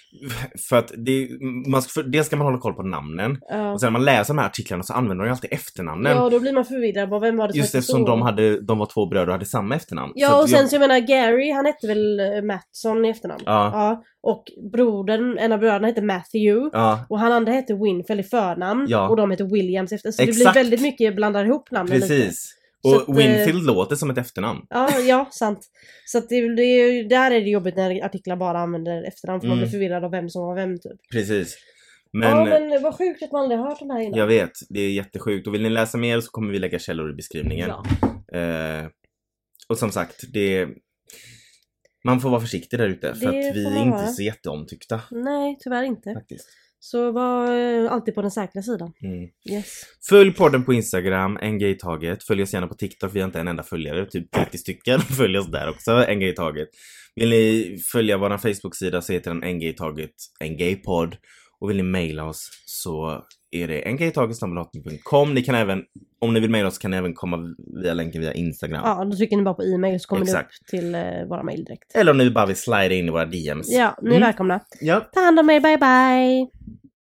för att det, man ska, för, dels ska man hålla koll på namnen. Uh. Och sen när man läser de här artiklarna så använder de ju alltid efternamnen. Ja, då blir man förvirrad på vem var det som just eftersom de, hade, de var två bröder och hade samma efternamn. Ja, så och att sen jag... så jag menar Gary, han hette väl Mattson i efternamn. Ja. ja. Och brodern, en av bröderna hette Matthew. Ja. Och han andra hette Winfield i förnamn. Ja. Och de hette Williams efter. Så exakt. det blir väldigt mycket blandar ihop namnen. Precis. Lite. Och att, Winfield eh, låter som ett efternamn. Ja, ja, sant. Så att det, det, där är det jobbigt när artiklar bara använder efternamn för mm. man blir förvirrad av vem som var vem typ. Precis. Men, ja, men vad sjukt att man aldrig har hört den här innan. Jag vet, det är jättesjukt. Och vill ni läsa mer så kommer vi lägga källor i beskrivningen. Ja. Eh, och som sagt, det man får vara försiktig där ute. För det att vi är vara. inte så jätteomtyckta. Nej, tyvärr inte. Faktiskt. Så var alltid på den säkra sidan. Mm. Yes. Följ podden på Instagram, en gay taget. Följ oss gärna på TikTok, vi har inte en enda följare. Typ trettio stycken. Följ oss där också, en gay taget. Vill ni följa vår Facebook-sida så heter den en gay taget, en gaypodd. Och vill ni mejla oss så är det en gay taget snabel-a hotmail punkt com. Ni kan även, om ni vill mejla oss kan ni även komma via länken via Instagram. Ja, då trycker ni bara på e-mail så kommer Exakt. det upp till uh, våra mejl direkt. Eller om ni bara vill slida in i våra D Ms. Ja, ni är mm. välkomna. Ja. Ta hand om er, bye bye!